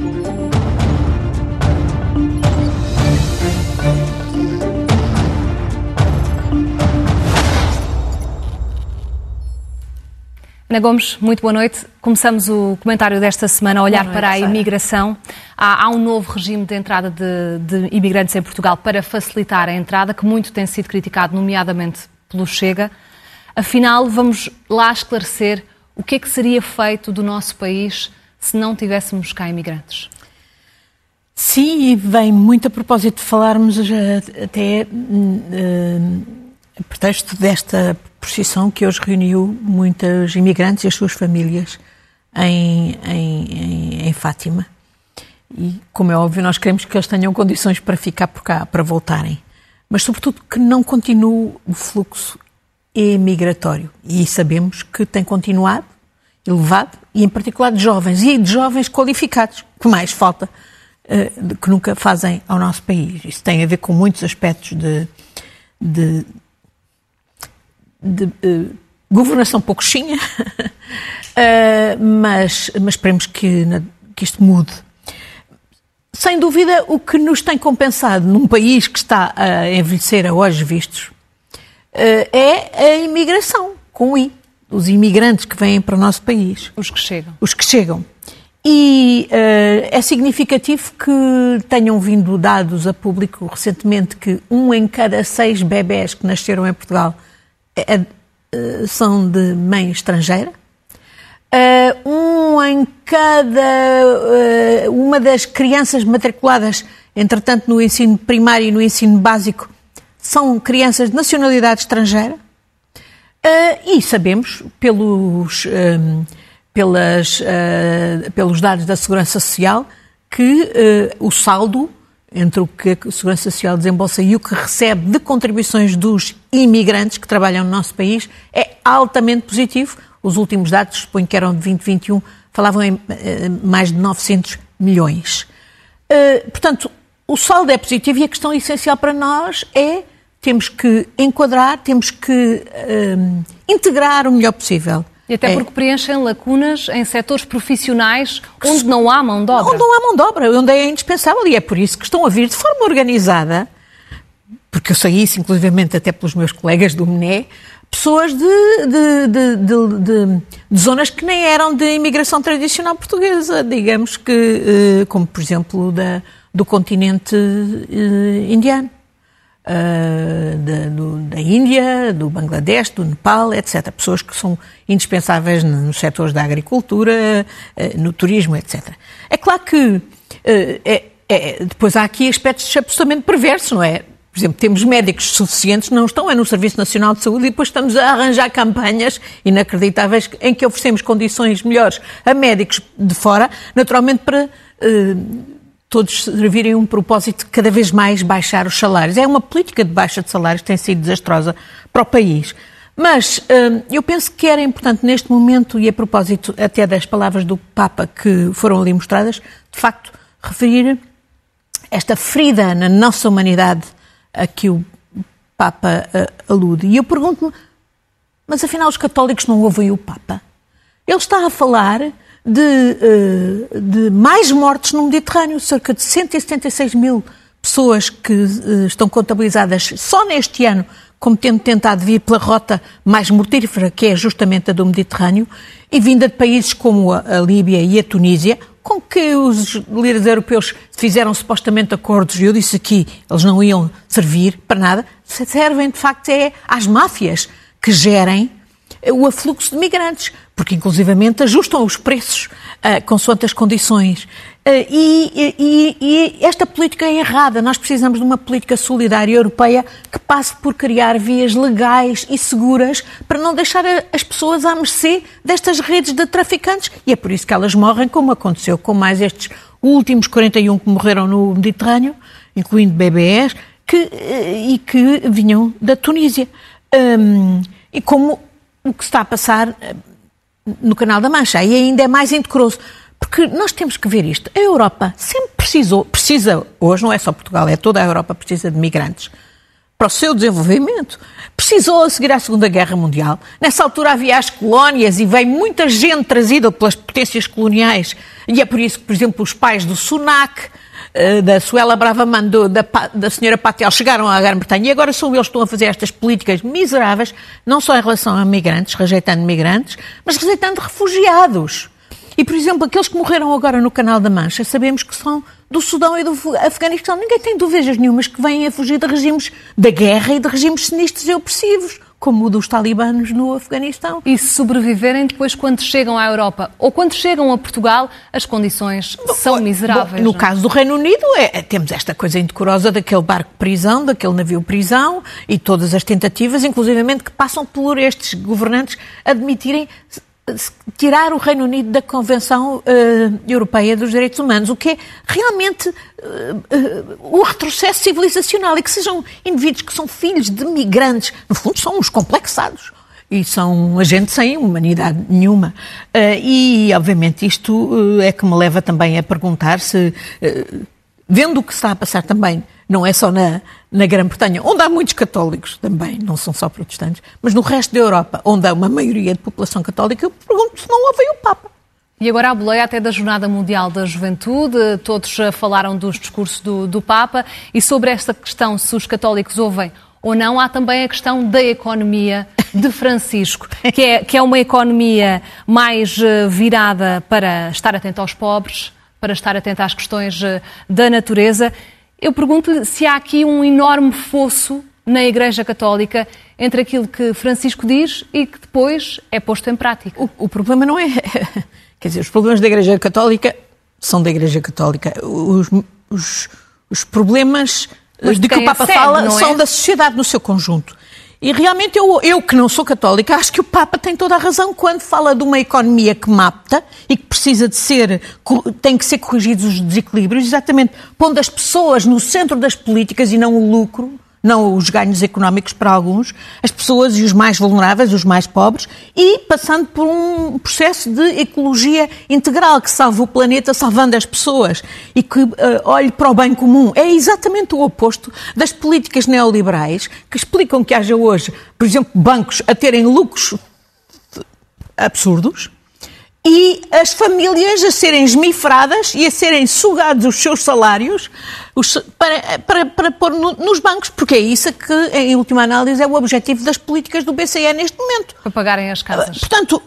Ana Gomes, muito boa noite. Começamos o comentário desta semana a olhar para a imigração. Há um novo regime de entrada de imigrantes em Portugal para facilitar a entrada, que muito tem sido criticado, nomeadamente pelo Chega. Afinal, vamos lá esclarecer o que é que seria feito do nosso país se não tivéssemos cá imigrantes. Sim, e vem muito a propósito de falarmos até a pretexto desta procissão que hoje reuniu muitos imigrantes e as suas famílias em Fátima. E, como é óbvio, nós queremos que eles tenham condições para ficar por cá, para voltarem. Mas, sobretudo, que não continue o fluxo emigratório. E sabemos que tem continuado, elevado, e em particular de jovens, e de jovens qualificados, que mais falta, que nunca fazem ao nosso país. Isso tem a ver com muitos aspectos de governação pouquinha, mas esperemos que isto mude. Sem dúvida, o que nos tem compensado num país que está a envelhecer a olhos vistos é a imigração, com I, os imigrantes que vêm para o nosso país. Os que chegam. Os que chegam. E é significativo que tenham vindo dados a público recentemente que 1 em cada 6 bebés que nasceram em Portugal são de mãe estrangeira. 1 em cada uma das crianças matriculadas, entretanto, no ensino primário e no ensino básico, são crianças de nacionalidade estrangeira. E sabemos, pelos dados da Segurança Social, que o saldo entre o que a Segurança Social desembolsa e o que recebe de contribuições dos imigrantes que trabalham no nosso país é altamente positivo. Os últimos dados, suponho que eram de 2021, falavam em mais de 900 milhões. Portanto, o saldo é positivo e a questão essencial para nós é temos que enquadrar, temos que integrar o melhor possível. E até porque preenchem lacunas em setores profissionais onde não há mão de obra. Onde não há mão de obra, onde é indispensável. E é por isso que estão a vir de forma organizada, porque eu sei isso, inclusivamente até pelos meus colegas do MNE, pessoas de zonas que nem eram de imigração tradicional portuguesa, digamos que, como por exemplo do continente indiano. Da Índia, do Bangladesh, do Nepal, etc. Pessoas que são indispensáveis nos setores da agricultura, no turismo, etc. É claro que depois há aqui aspectos absolutamente perversos, não é? Por exemplo, temos médicos suficientes, não estão no Serviço Nacional de Saúde e depois estamos a arranjar campanhas inacreditáveis em que oferecemos condições melhores a médicos de fora, naturalmente para todos servirem um propósito de cada vez mais baixar os salários. É uma política de baixa de salários que tem sido desastrosa para o país. Mas eu penso que era importante neste momento, e a propósito até das palavras do Papa que foram ali mostradas, de facto, referir esta ferida na nossa humanidade a que o Papa alude. E eu pergunto-me, mas afinal os católicos não ouvem o Papa? Ele está a falar de mais mortes no Mediterrâneo, cerca de 176 mil pessoas que estão contabilizadas só neste ano como tendo tentado vir pela rota mais mortífera, que é justamente a do Mediterrâneo, e vinda de países como a Líbia e a Tunísia, com que os líderes europeus fizeram supostamente acordos, e eu disse aqui, eles não iam servir para nada, servem de facto às máfias que gerem o afluxo de migrantes, porque inclusivamente ajustam os preços consoante as condições. E esta política é errada. Nós precisamos de uma política solidária europeia que passe por criar vias legais e seguras para não deixar as pessoas à mercê destas redes de traficantes. E é por isso que elas morrem, como aconteceu com mais estes últimos 41 que morreram no Mediterrâneo, incluindo bebés, e que vinham da Tunísia. E como o que se está a passar no Canal da Mancha, e ainda é mais indecoroso, porque nós temos que ver isto. A Europa sempre precisa, hoje não é só Portugal, é toda a Europa precisa de migrantes, para o seu desenvolvimento. Precisou a seguir à Segunda Guerra Mundial. Nessa altura havia as colónias e veio muita gente trazida pelas potências coloniais. E é por isso que, por exemplo, os pais do Sunak, da Suella Braverman, da senhora Patel, chegaram à Grã-Bretanha e agora são eles que estão a fazer estas políticas miseráveis, não só em relação a migrantes, rejeitando migrantes, mas rejeitando refugiados. E, por exemplo, aqueles que morreram agora no Canal da Mancha, sabemos que são do Sudão e do Afeganistão. Ninguém tem dúvidas nenhumas que vêm a fugir de regimes da guerra e de regimes sinistros e opressivos, como o dos talibanos no Afeganistão. E se sobreviverem depois quando chegam à Europa ou quando chegam a Portugal, as condições são miseráveis. No caso do Reino Unido, temos esta coisa indecorosa daquele barco-prisão, daquele navio-prisão e todas as tentativas, inclusivamente, que passam por estes governantes admitirem tirar o Reino Unido da Convenção Europeia dos Direitos Humanos, o que é realmente um retrocesso civilizacional, e que sejam indivíduos que são filhos de migrantes, no fundo são uns complexados e são agentes sem humanidade nenhuma. E, obviamente, isto é que me leva também a perguntar se, vendo o que está a passar também, não é só na Grã-Bretanha, onde há muitos católicos também, não são só protestantes, mas no resto da Europa, onde há uma maioria de população católica, eu pergunto se não ouvem o Papa. E agora a boleia até da Jornada Mundial da Juventude, todos falaram dos discursos do Papa, e sobre esta questão, se os católicos ouvem ou não, há também a questão da economia de Francisco, que é uma economia mais virada para estar atento aos pobres, para estar atento às questões da natureza. Eu pergunto se há aqui um enorme fosso na Igreja Católica entre aquilo que Francisco diz e que depois é posto em prática. O problema não é... Quer dizer, os problemas da Igreja Católica são da Igreja Católica. Os problemas de que o Papa fala são da sociedade no seu conjunto. E realmente eu que não sou católica, acho que o Papa tem toda a razão quando fala de uma economia que mata e que precisa tem que ser corrigidos os desequilíbrios, exatamente pondo as pessoas no centro das políticas e não o lucro, não os ganhos económicos para alguns, as pessoas e os mais vulneráveis, os mais pobres, e passando por um processo de ecologia integral que salve o planeta, salvando as pessoas e que olhe para o bem comum. É exatamente o oposto das políticas neoliberais que explicam que haja hoje, por exemplo, bancos a terem lucros absurdos e as famílias a serem esmifradas e a serem sugados os seus salários para pôr nos bancos, porque é isso que, em última análise, é o objetivo das políticas do BCE neste momento. Para pagarem as casas. Portanto,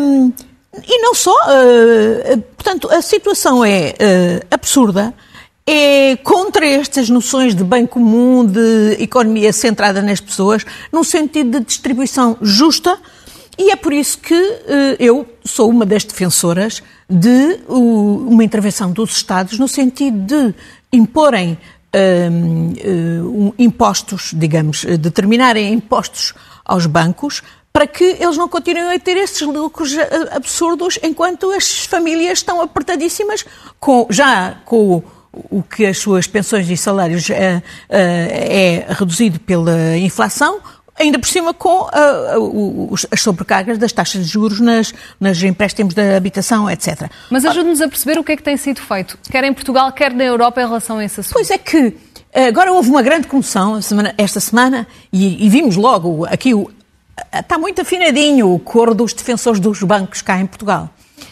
e não só, portanto, a situação é absurda, é contra estas noções de bem comum, de economia centrada nas pessoas, num sentido de distribuição justa. E é por isso que eu sou uma das defensoras de uma intervenção dos Estados no sentido de imporem impostos, digamos, determinarem impostos aos bancos para que eles não continuem a ter esses lucros absurdos enquanto as famílias estão apertadíssimas com o que as suas pensões e salários é reduzido pela inflação, ainda por cima com as sobrecargas das taxas de juros nas empréstimos da habitação, etc. Mas ajude-nos a perceber o que é que tem sido feito, quer em Portugal, quer na Europa, em relação a esse assunto. Pois é que agora houve uma grande comoção esta semana e vimos logo aqui, está muito afinadinho o coro dos defensores dos bancos cá em Portugal.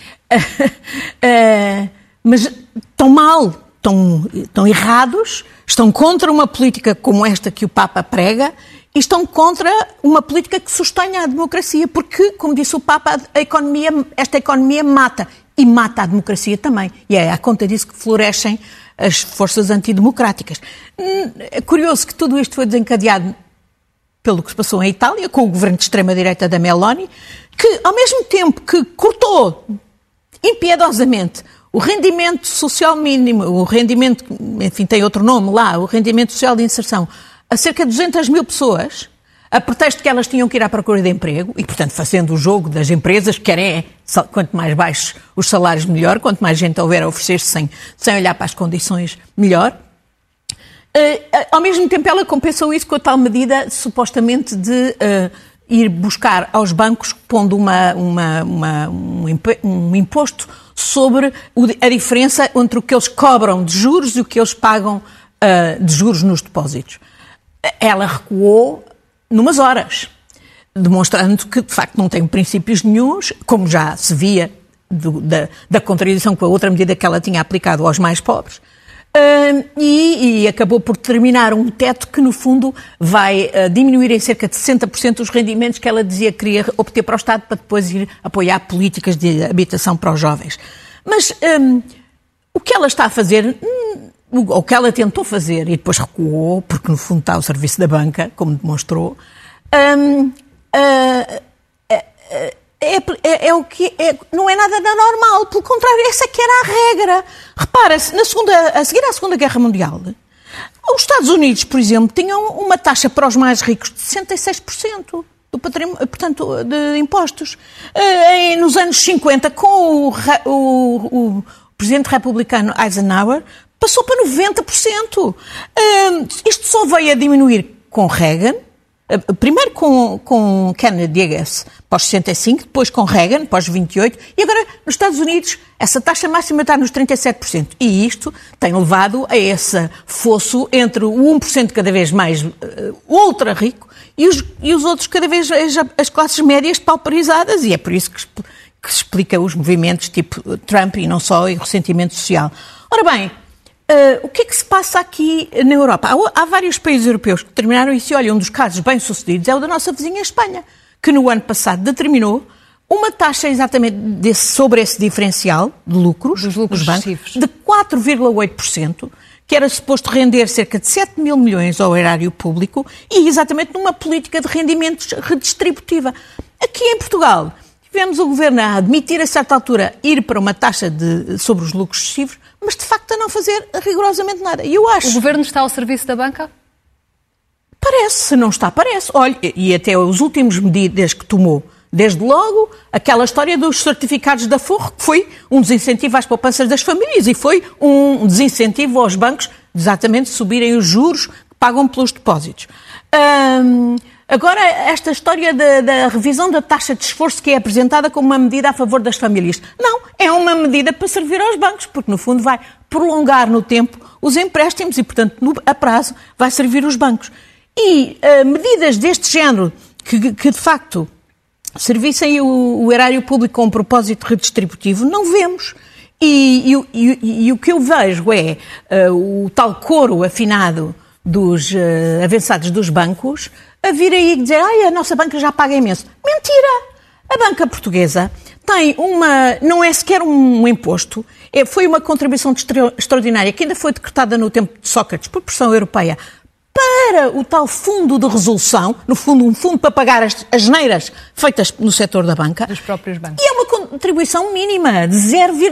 Mas estão mal, estão errados, estão contra uma política como esta que o Papa prega, e estão contra uma política que sustenha a democracia, porque, como disse o Papa, esta economia mata, e mata a democracia também. E é à conta disso que florescem as forças antidemocráticas. É curioso que tudo isto foi desencadeado pelo que se passou em Itália, com o governo de extrema-direita da Meloni, que, ao mesmo tempo que cortou impiedosamente o rendimento social mínimo, o rendimento, enfim, tem outro nome lá, o rendimento social de inserção, a cerca de 200 mil pessoas, a pretexto que elas tinham que ir à procura de emprego, e, portanto, fazendo o jogo das empresas, que querem, quanto mais baixos os salários, melhor, quanto mais gente houver a oferecer-se sem olhar para as condições, melhor. Ao mesmo tempo, ela compensou isso com a tal medida, supostamente, de ir buscar aos bancos, pondo um imposto sobre a diferença entre o que eles cobram de juros e o que eles pagam de juros nos depósitos. ela recuou numas horas, demonstrando que, de facto, não tem princípios nenhuns, como já se via da contradição com a outra medida que ela tinha aplicado aos mais pobres, e acabou por determinar um teto que, no fundo, vai diminuir em cerca de 60% os rendimentos que ela dizia que queria obter para o Estado para depois ir apoiar políticas de habitação para os jovens. Mas o que ela está a fazer, ou o que ela tentou fazer e depois recuou, porque no fundo está ao serviço da banca, como demonstrou, o que não é nada da normal, pelo contrário, essa que era a regra. Repara-se, a seguir à Segunda Guerra Mundial, os Estados Unidos, por exemplo, tinham uma taxa para os mais ricos de 66% do patrimônio, portanto, de impostos. Nos anos 50, com o presidente republicano Eisenhower, passou para 90%. Isto só veio a diminuir com Reagan, primeiro com Kennedy, pós 65, depois com Reagan, pós 28, e agora nos Estados Unidos essa taxa máxima está nos 37%. E isto tem levado a esse fosso entre o 1% cada vez mais ultra rico e os outros cada vez as classes médias pauperizadas, e é por isso que se explica os movimentos tipo Trump e não só, e o ressentimento social. Ora bem, o que é que se passa aqui na Europa? Há vários países europeus que determinaram isso, e olha, um dos casos bem-sucedidos é o da nossa vizinha Espanha, que no ano passado determinou uma taxa exatamente sobre esse diferencial de lucros dos lucros bancos, excessivos, de 4,8%, que era suposto render cerca de 7 mil milhões ao erário público, e exatamente numa política de rendimentos redistributiva. Aqui em Portugal, tivemos o Governo a admitir a certa altura ir para uma taxa sobre os lucros excessivos, mas de facto a não fazer rigorosamente nada. E eu acho... O Governo está ao serviço da banca? Parece, se não está, parece. Olha, e até os últimos medidas que tomou, desde logo, aquela história dos certificados da Forro, que foi um desincentivo às poupanças das famílias e foi um desincentivo aos bancos de exatamente subirem os juros que pagam pelos depósitos. Agora, esta história da revisão da taxa de esforço que é apresentada como uma medida a favor das famílias. Não, é uma medida para servir aos bancos, porque no fundo vai prolongar no tempo os empréstimos e, portanto, a prazo vai servir os bancos. E medidas deste género que de facto servissem o erário público com um propósito redistributivo, não vemos. E o que eu vejo é o tal coro afinado dos avançados dos bancos a vir aí dizer a nossa banca já paga imenso. Mentira! A banca portuguesa tem não é sequer um imposto, foi uma contribuição extraordinária que ainda foi decretada no tempo de Sócrates por pressão europeia para o tal fundo de resolução, no fundo um fundo para pagar as asneiras feitas no setor da banca. Dos próprios bancos. E é uma contribuição mínima de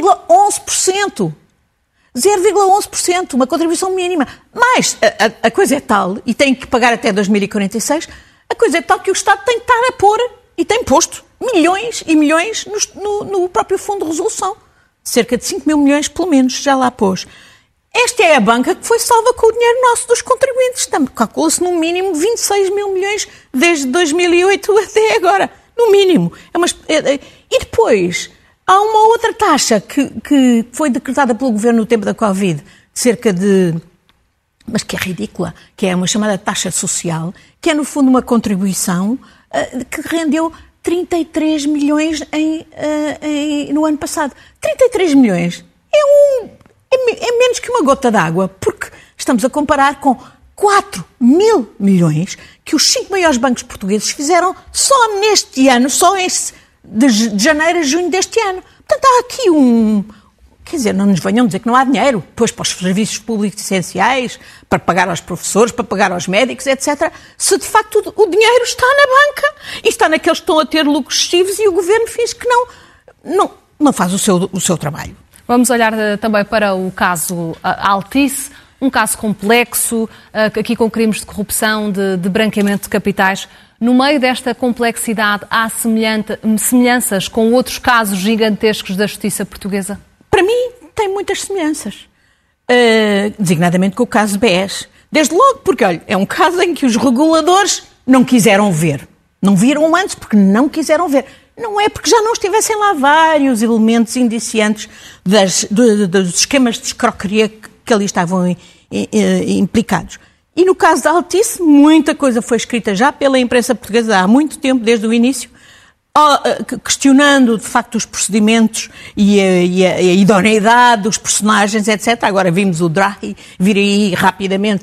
0,11%. 0,11%, uma contribuição mínima. Mas a coisa é tal, e tem que pagar até 2046, a coisa é tal que o Estado tem que estar a pôr, e tem posto, milhões e milhões no próprio fundo de resolução. Cerca de 5 mil milhões, pelo menos, já lá pôs. Esta é a banca que foi salva com o dinheiro nosso dos contribuintes. Calcula-se no mínimo 26 mil milhões desde 2008 até agora. No mínimo. E depois, há uma outra taxa que foi decretada pelo Governo no tempo da Covid, cerca de... mas que é ridícula, que é uma chamada taxa social, que é no fundo uma contribuição que rendeu 33 milhões no ano passado. 33 milhões é menos que uma gota d'água, porque estamos a comparar com 4 mil milhões que os 5 maiores bancos portugueses fizeram só neste ano, de janeiro a junho deste ano. Portanto, há aqui quer dizer, não nos venham dizer que não há dinheiro, depois para os serviços públicos essenciais, para pagar aos professores, para pagar aos médicos, etc. Se de facto o dinheiro está na banca e está naqueles que estão a ter lucros excessivos e o Governo finge que não faz o seu trabalho. Vamos olhar também para o caso Altice, um caso complexo, aqui com crimes de corrupção, de branqueamento de capitais. No meio desta complexidade, há semelhanças com outros casos gigantescos da justiça portuguesa? Para mim, tem muitas semelhanças. Designadamente com o caso BES. Desde logo, porque, olha, é um caso em que os reguladores não quiseram ver. Não viram antes porque não quiseram ver. Não é porque já não estivessem lá vários elementos indiciantes dos esquemas de escroqueria que ali estavam implicados. E no caso da Altice, muita coisa foi escrita já pela imprensa portuguesa há muito tempo, desde o início, questionando, de facto, os procedimentos e a idoneidade dos personagens, etc. Agora vimos o Draghi vir aí rapidamente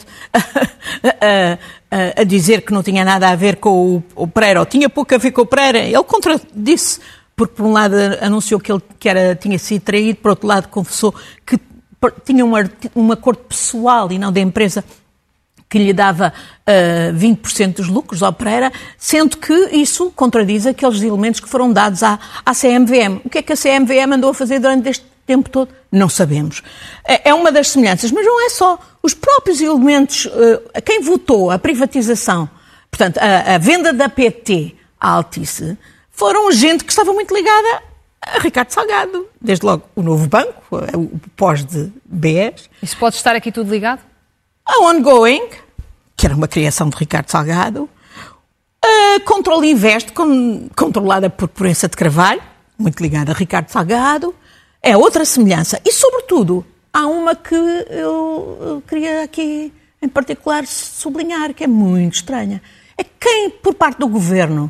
a dizer que não tinha nada a ver com o Pereira, ou tinha pouco a ver com o Pereira. Ele contradisse, porque por um lado anunciou que ele tinha sido traído, por outro lado confessou que tinha um acordo pessoal e não da empresa que lhe dava 20% dos lucros ao Pereira, sendo que isso contradiz aqueles elementos que foram dados à CMVM. O que é que a CMVM andou a fazer durante este tempo todo? Não sabemos. É uma das semelhanças, mas não é só. Os próprios elementos, quem votou a privatização, portanto, a venda da PT à Altice, foram gente que estava muito ligada a Ricardo Salgado. Desde logo o Novo Banco, o pós de BES. Isso pode estar aqui tudo ligado? A Ongoing, que era uma criação de Ricardo Salgado, a Control Invest, controlada por Proença de Carvalho, muito ligada a Ricardo Salgado, é outra semelhança. E, sobretudo, há uma que eu queria aqui, em particular, sublinhar, que é muito estranha. É quem, por parte do Governo,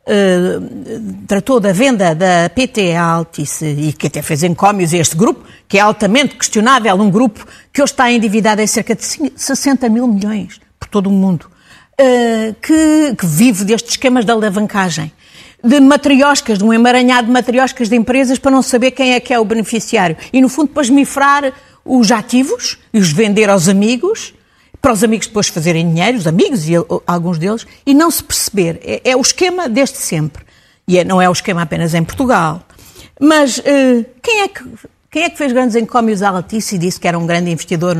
tratou da venda da PT à Altice e que até fez encómios a este grupo, que é altamente questionável, um grupo que hoje está endividado em cerca de 60 mil milhões por todo o mundo, que vive destes esquemas de alavancagem, de matrioscas, de um emaranhado de matrioscas de empresas para não saber quem é o beneficiário e, no fundo, para esmifrar os ativos e os vender aos amigos, para os amigos depois fazerem dinheiro, os amigos e alguns deles, e não se perceber. É o esquema desde sempre. E não é o esquema apenas em Portugal. Mas quem é que fez grandes encómios à Altice e disse que era um grande investidor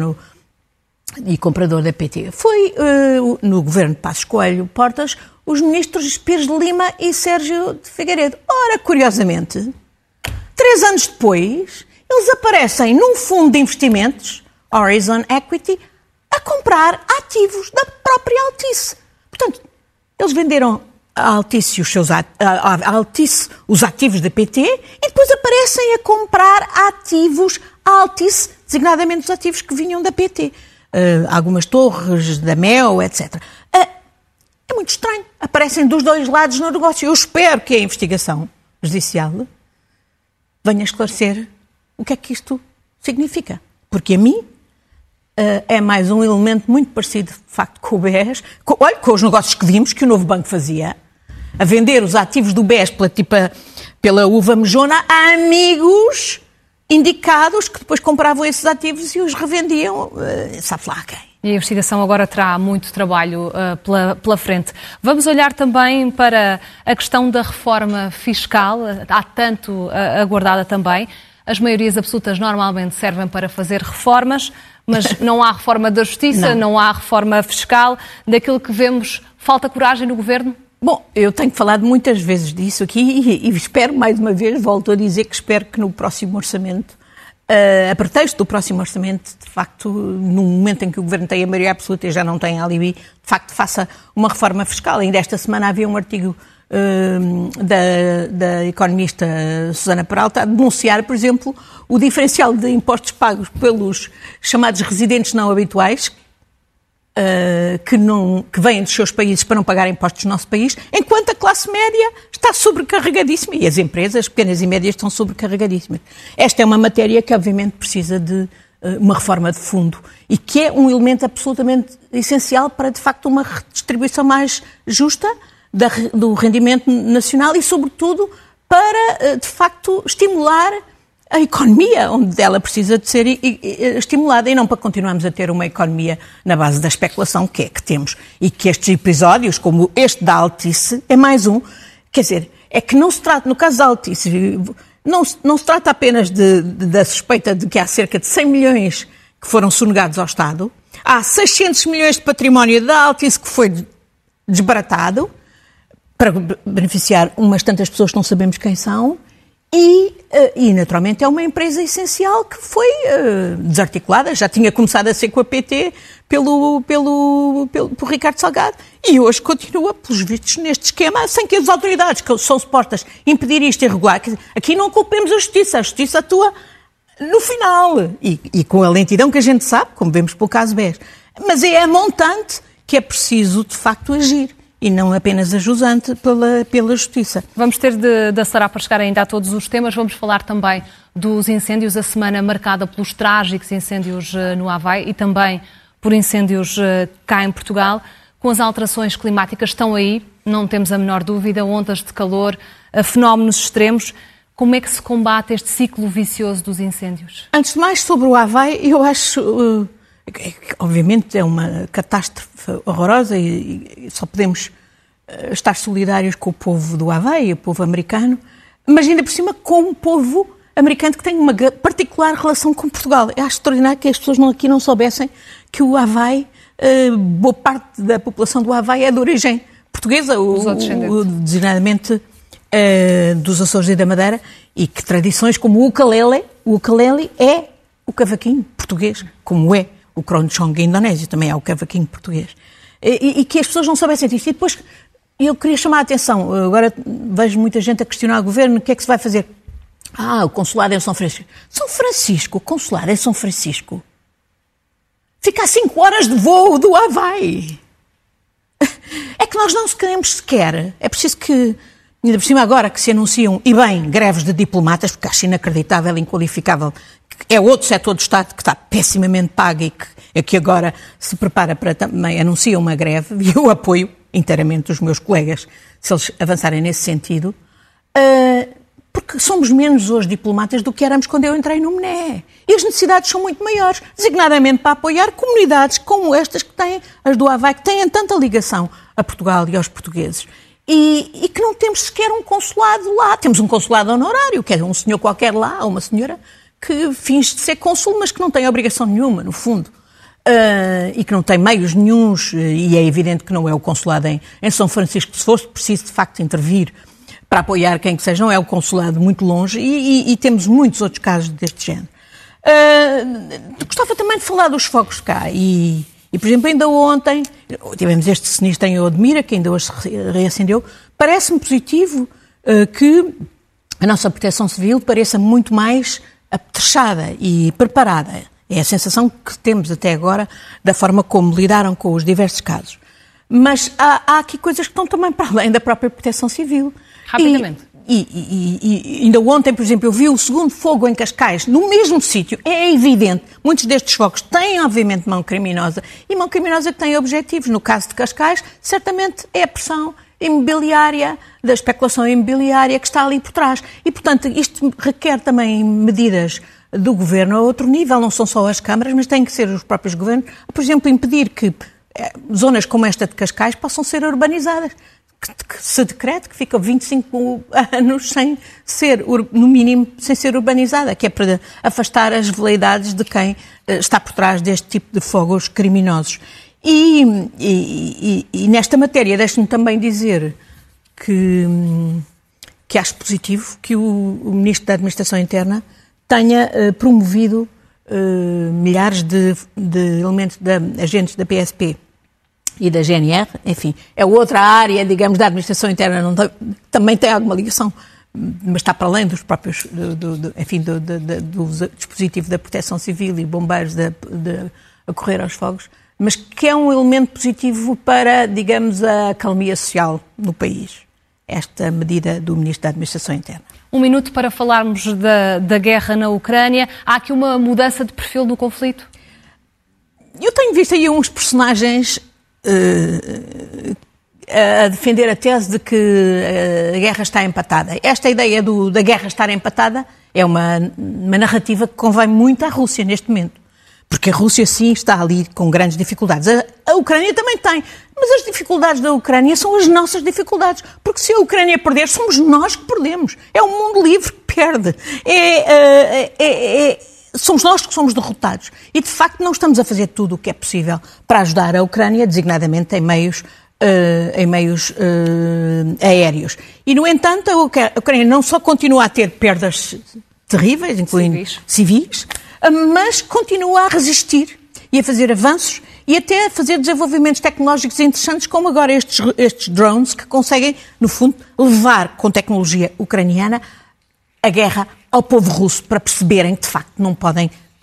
e comprador da PT? Foi, no governo de Passos Coelho Portas, os ministros Pires de Lima e Sérgio de Figueiredo. Ora, curiosamente, 3 anos depois, eles aparecem num fundo de investimentos, Horizon Equity, a comprar ativos da própria Altice. Portanto, eles venderam à Altice os ativos da PT e depois aparecem a comprar ativos à Altice, designadamente os ativos que vinham da PT. Algumas torres, da Mel, etc. É muito estranho. Aparecem dos dois lados no negócio. Eu espero que a investigação judicial venha esclarecer o que é que isto significa. Porque a mim é mais um elemento muito parecido, de facto, com o BES, com os negócios que vimos que o Novo Banco fazia, a vender os ativos do BES pela uva mejona a amigos indicados que depois compravam esses ativos e os revendiam, sabe lá quem. E a investigação agora terá muito trabalho pela frente. Vamos olhar também para a questão da reforma fiscal, há tanto aguardada também. As maiorias absolutas normalmente servem para fazer reformas, mas não há reforma da justiça, não há reforma fiscal. Daquilo que vemos, falta coragem no governo? Bom, eu tenho falado muitas vezes disso aqui e espero, mais uma vez, volto a dizer que espero que no próximo orçamento, a pretexto do próximo orçamento, de facto, no momento em que o governo tem a maioria absoluta e já não tem alibi, de facto faça uma reforma fiscal. Ainda esta semana havia um artigo da economista Susana Peralta a denunciar, por exemplo, o diferencial de impostos pagos pelos chamados residentes não habituais, que vêm dos seus países para não pagar impostos no nosso país, enquanto a classe média está sobrecarregadíssima e as empresas pequenas e médias estão sobrecarregadíssimas. Esta é uma matéria que, obviamente, precisa de uma reforma de fundo e que é um elemento absolutamente essencial para, de facto, uma redistribuição mais justa do rendimento nacional e, sobretudo, para, de facto, estimular a economia, onde ela precisa de ser estimulada e não para continuarmos a ter uma economia na base da especulação que temos. E que estes episódios, como este da Altice, é mais um. Quer dizer, é que não se trata, no caso da Altice, não se trata apenas da suspeita de que há cerca de 100 milhões que foram sonegados ao Estado. Há 600 milhões de património da Altice que foi desbaratado para beneficiar umas tantas pessoas que não sabemos quem são. E, naturalmente, é uma empresa essencial que foi desarticulada. Já tinha começado a ser com a PT por Ricardo Salgado e hoje continua, pelos vistos, neste esquema, sem que as autoridades que são supostas impedir isto e regular. Aqui não culpemos a Justiça atua no final e com a lentidão que a gente sabe, como vemos pelo caso BES. Mas é a montante que é preciso, de facto, agir. E não apenas a jusante pela justiça. Vamos ter de acelerar para chegar ainda a todos os temas. Vamos falar também dos incêndios, a semana marcada pelos trágicos incêndios no Havaí e também por incêndios cá em Portugal. Com as alterações climáticas estão aí, não temos a menor dúvida, ondas de calor, fenómenos extremos. Como é que se combate este ciclo vicioso dos incêndios? Antes de mais, sobre o Havaí, eu acho... Obviamente é uma catástrofe horrorosa e só podemos estar solidários com o povo do Havaí, o povo americano, mas ainda por cima com o povo americano que tem uma particular relação com Portugal. Eu acho extraordinário que as pessoas aqui não soubessem que o Havaí, boa parte da população do Havaí é de origem portuguesa, designadamente dos Açores e da Madeira, e que tradições como o ukulele é o cavaquinho português, como é o keroncong indonésio, também é o cavaquinho português. E que as pessoas não soubessem disto. E depois eu queria chamar a atenção, agora vejo muita gente a questionar o governo, o que é que se vai fazer? O consulado em São Francisco. São Francisco, o consulado em São Francisco. Fica a 5 horas de voo do Havaí. É que nós não se queremos sequer. É preciso que, ainda por cima agora que se anunciam, e bem, greves de diplomatas, porque acho inacreditável, inqualificável, é outro setor do Estado que está pessimamente pago e que agora se prepara para também anunciar uma greve, e eu apoio inteiramente os meus colegas se eles avançarem nesse sentido, porque somos menos hoje diplomatas do que éramos quando eu entrei no MNE. E as necessidades são muito maiores, designadamente para apoiar comunidades como estas que têm, as do Havaí, que têm tanta ligação a Portugal e aos portugueses. E que não temos sequer um consulado lá. Temos um consulado honorário, que é um senhor qualquer lá, ou uma senhora que finge de ser cônsul, mas que não tem obrigação nenhuma, no fundo, e que não tem meios nenhuns, e é evidente que não é o consulado em São Francisco. Se fosse preciso, de facto, intervir para apoiar quem que seja, não é o consulado muito longe, e temos muitos outros casos deste género. Gostava também de falar dos fogos cá, e por exemplo, ainda ontem, tivemos este sinistro em Odmira, que ainda hoje se reacendeu. Parece-me positivo que a nossa proteção civil pareça muito mais apetrechada e preparada. É a sensação que temos até agora da forma como lidaram com os diversos casos. Mas há aqui coisas que estão também para além da própria proteção civil. Rapidamente. E ainda ontem, por exemplo, eu vi o segundo fogo em Cascais, no mesmo sítio. É evidente, muitos destes fogos têm, obviamente, mão criminosa. E mão criminosa que tem objetivos. No caso de Cascais, certamente é a pressão imobiliária, da especulação imobiliária que está ali por trás. E, portanto, isto requer também medidas do governo a outro nível, não são só as câmaras, mas têm que ser os próprios governos. Por exemplo, impedir que zonas como esta de Cascais possam ser urbanizadas. Que se decrete que fica 25 anos sem ser, no mínimo, sem ser urbanizada, que é para afastar as veleidades de quem está por trás deste tipo de fogos criminosos. E nesta matéria, deixe-me também dizer que acho positivo que o Ministro da Administração Interna tenha promovido milhares de elementos, de agentes da PSP e da GNR, enfim, é outra área, digamos, da Administração Interna, também tem alguma ligação, mas está para além dos próprios, do dispositivo da Proteção Civil e bombeiros de acorrer aos fogos, mas que é um elemento positivo para, digamos, a acalmia social no país, esta medida do Ministro da Administração Interna. Um minuto para falarmos da guerra na Ucrânia. Há aqui uma mudança de perfil no conflito? Eu tenho visto aí uns personagens a defender a tese de que a guerra está empatada. Esta ideia da guerra estar empatada é uma narrativa que convém muito à Rússia neste momento. Porque a Rússia, sim, está ali com grandes dificuldades. A Ucrânia também tem. Mas as dificuldades da Ucrânia são as nossas dificuldades. Porque se a Ucrânia perder, somos nós que perdemos. É o mundo livre que perde. Somos nós que somos derrotados. E, de facto, não estamos a fazer tudo o que é possível para ajudar a Ucrânia, designadamente em meios aéreos. E, no entanto, a Ucrânia não só continua a ter perdas terríveis, incluindo civis, mas continua a resistir e a fazer avanços e até a fazer desenvolvimentos tecnológicos interessantes, como agora estes drones que conseguem, no fundo, levar com tecnologia ucraniana a guerra ao povo russo para perceberem que, de facto, não podem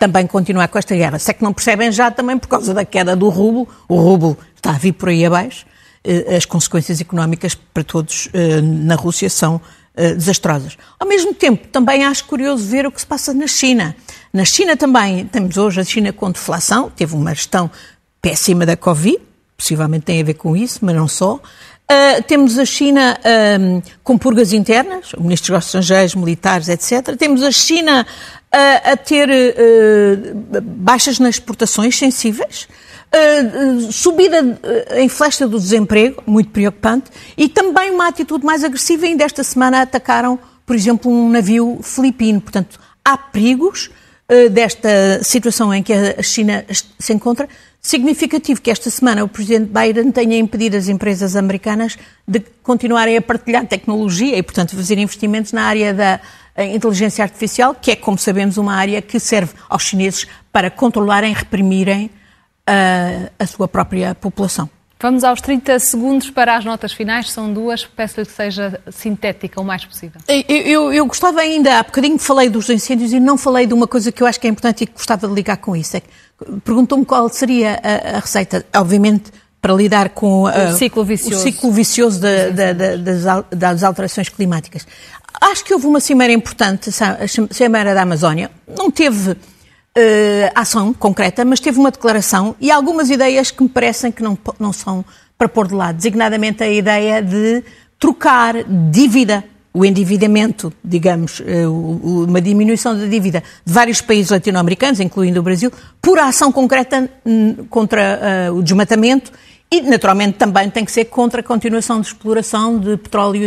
também continuar com esta guerra. Se é que não percebem já também por causa da queda do rublo, o rublo está a vir por aí abaixo, as consequências económicas para todos na Rússia são desastrosas. Ao mesmo tempo, também acho curioso ver o que se passa na China. Na China também, temos hoje a China com deflação, teve uma gestão péssima da Covid, possivelmente tem a ver com isso, mas não só. Temos a China com purgas internas, ministros dos estrangeiros, militares, etc. Temos a China a ter baixas nas exportações sensíveis, subida em flecha do desemprego, muito preocupante, e também uma atitude mais agressiva. Ainda esta semana atacaram, por exemplo, um navio filipino. Portanto, há perigos desta situação em que a China se encontra. Significativo que esta semana o presidente Biden tenha impedido as empresas americanas de continuarem a partilhar tecnologia e, portanto, fazer investimentos na área da inteligência artificial, que é, como sabemos, uma área que serve aos chineses para controlarem, reprimirem a sua própria população. Vamos aos 30 segundos para as notas finais, são 2, peço-lhe que seja sintética o mais possível. Eu gostava ainda, há bocadinho falei dos incêndios e não falei de uma coisa que eu acho que é importante e que gostava de ligar com isso. Perguntou-me qual seria a receita, obviamente, para lidar com o ciclo vicioso das alterações climáticas. Acho que houve uma cimeira importante, a Cimeira da Amazónia, não teve ação concreta, mas teve uma declaração e algumas ideias que me parecem que não são para pôr de lado, designadamente a ideia de trocar dívida, o endividamento, digamos, uma diminuição da dívida de vários países latino-americanos, incluindo o Brasil, por ação concreta contra o desmatamento e, naturalmente, também tem que ser contra a continuação de exploração de petróleo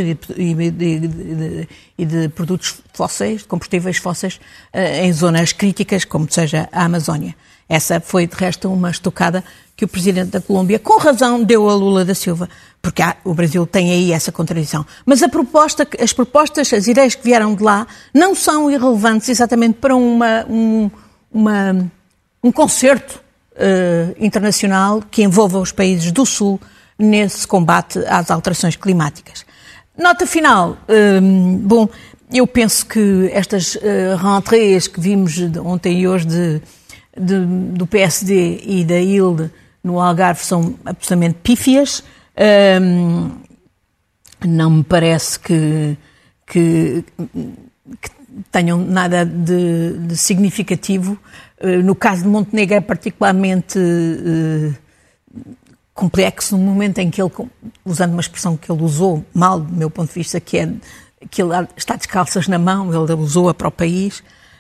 e de produtos fósseis, de combustíveis fósseis, em zonas críticas, como seja a Amazónia. Essa foi, de resto, uma estocada que o Presidente da Colômbia, com razão, deu a Lula da Silva, porque o Brasil tem aí essa contradição. Mas as propostas, as ideias que vieram de lá, não são irrelevantes exatamente para um concerto internacional que envolva os países do Sul nesse combate às alterações climáticas. Nota final. Bom, eu penso que estas rentrées que vimos ontem e hoje do PSD e da ILD no Algarve são absolutamente pífias. Não me parece que tenham nada de significativo. No caso de Montenegro é particularmente complexo, no momento em que ele, usando uma expressão que ele usou mal, do meu ponto de vista, que é que ele está de calças na mão, ele usou-a para o país,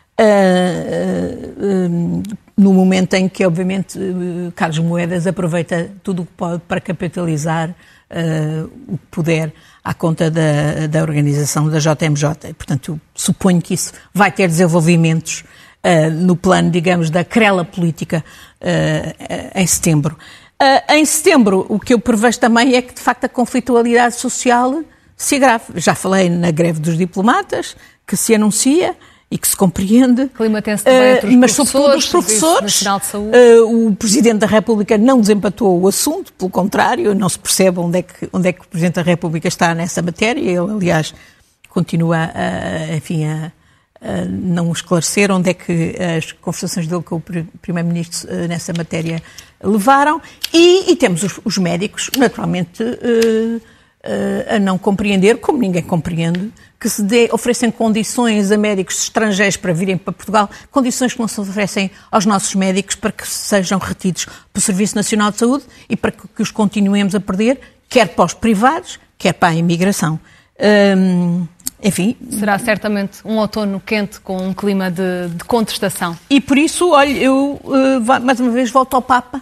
no momento em que, obviamente, Carlos Moedas aproveita tudo o que pode para capitalizar o que puder à conta da organização da JMJ. Portanto, suponho que isso vai ter desenvolvimentos no plano, digamos, da querela política em setembro. Em setembro, o que eu prevejo também é que, de facto, a conflitualidade social se agrave. Já falei na greve dos diplomatas, que se anuncia e que se compreende. Clima tenso também entre os mas sobretudo os professores. O Presidente da República não desempatou o assunto, pelo contrário, não se percebe onde é que o Presidente da República está nessa matéria. Ele, aliás, continua a não esclarecer onde é que as conversações dele com o Primeiro-Ministro nessa matéria levaram. E temos os médicos, naturalmente, a não compreender, como ninguém compreende, que se oferecem condições a médicos estrangeiros para virem para Portugal, condições que não se oferecem aos nossos médicos para que sejam retidos pelo Serviço Nacional de Saúde e para que os continuemos a perder, quer para os privados, quer para a imigração. Enfim. Será certamente um outono quente com um clima de contestação. E por isso, olha, eu mais uma vez volto ao Papa.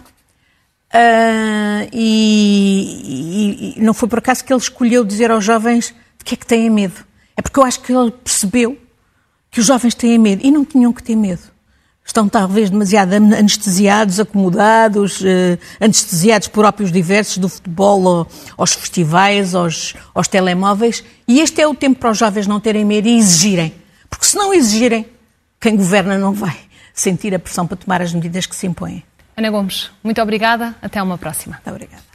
E não foi por acaso que ele escolheu dizer aos jovens de que é que têm medo. É porque eu acho que ele percebeu que os jovens têm medo e não tinham que ter medo. Estão talvez demasiado anestesiados, acomodados, anestesiados por ópios diversos do futebol aos festivais, aos telemóveis. E este é o tempo para os jovens não terem medo e exigirem. Porque se não exigirem, quem governa não vai sentir a pressão para tomar as medidas que se impõem. Ana Gomes, muito obrigada. Até uma próxima. Muito obrigada.